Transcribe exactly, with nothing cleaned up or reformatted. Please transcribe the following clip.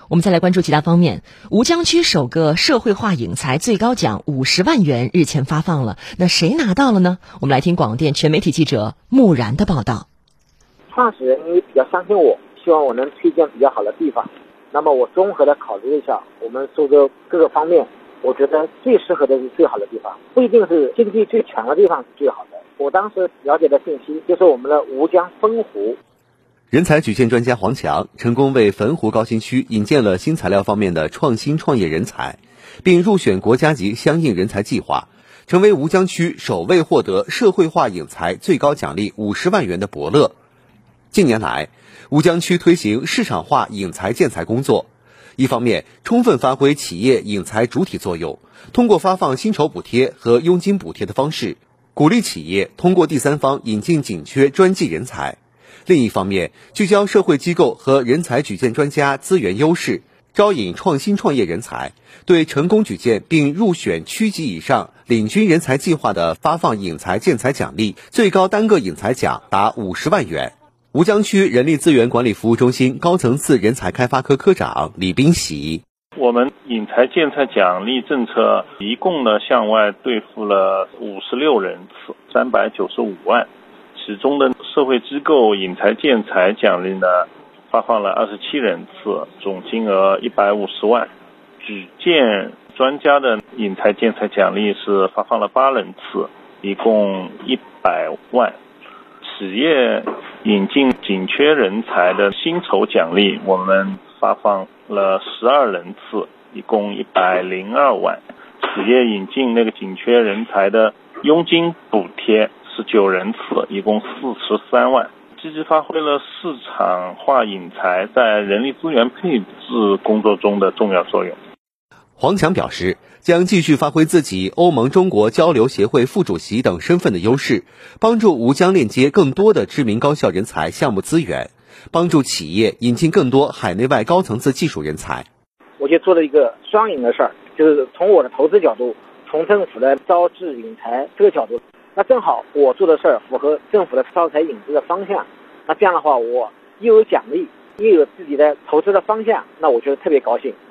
我们再来关注其他方面。吴江区首个社会化引才最高奖五十万元日前发放了，那谁拿到了呢？我们来听广电全媒体记者穆然的报道。 创始人因为比较相信我，希望我能推荐比较好的地方。那么我综合的考虑了一下，我们说的各个方面，我觉得最适合的是最好的地方，不一定是经济最强的地方是最好的。我当时了解的信息就是我们的吴江汾湖。 人才举荐专家黄强成功为汾湖高新区引荐了新材料方面的创新创业人才，并入选国家级相应人才计划，成为吴江区首位获得社会化引才最高奖励五十万元的伯乐。近年来，吴江区推行市场化引才建才工作，一方面充分发挥企业引才主体作用，通过发放薪酬补贴和佣金补贴的方式，鼓励企业通过第三方引进紧缺专技人才；另一方面，聚焦社会机构和人才举荐专家资源优势，招引创新创业人才，对成功举荐并入选区级以上领军人才计划的发放引才建才奖励，最高单个引才奖达五十万元。吴江区人力资源管理服务中心高层次人才开发科科长李斌喜： 我们引才建才奖励政策一共呢向外兑付了五十六人次，三百九十五万，其中的社会机构引才建才奖励呢发放了二十七人次，总金额一百五十万。举荐专家的引才建才奖励是发放了八人次，一共一百万。企业引进紧缺人才的薪酬奖励，我们发放了十二人次，一共一百零二万。企业引进那个紧缺人才的佣金补贴十九人次，一共四十三万。积极发挥了市场化引才在人力资源配置工作中的重要作用。 黄强表示，将继续发挥自己欧盟中国交流协会副主席等身份的优势，帮助吴江链接更多的知名高校人才项目资源，帮助企业引进更多海内外高层次技术人才。 我就做了一个双赢的事儿，就是从我的投资角度，从政府的招致引才这个角度，那正好我做的事儿符合政府的招才引资的方向，那这样的话我又有奖励，又有自己的投资的方向，那我觉得特别高兴。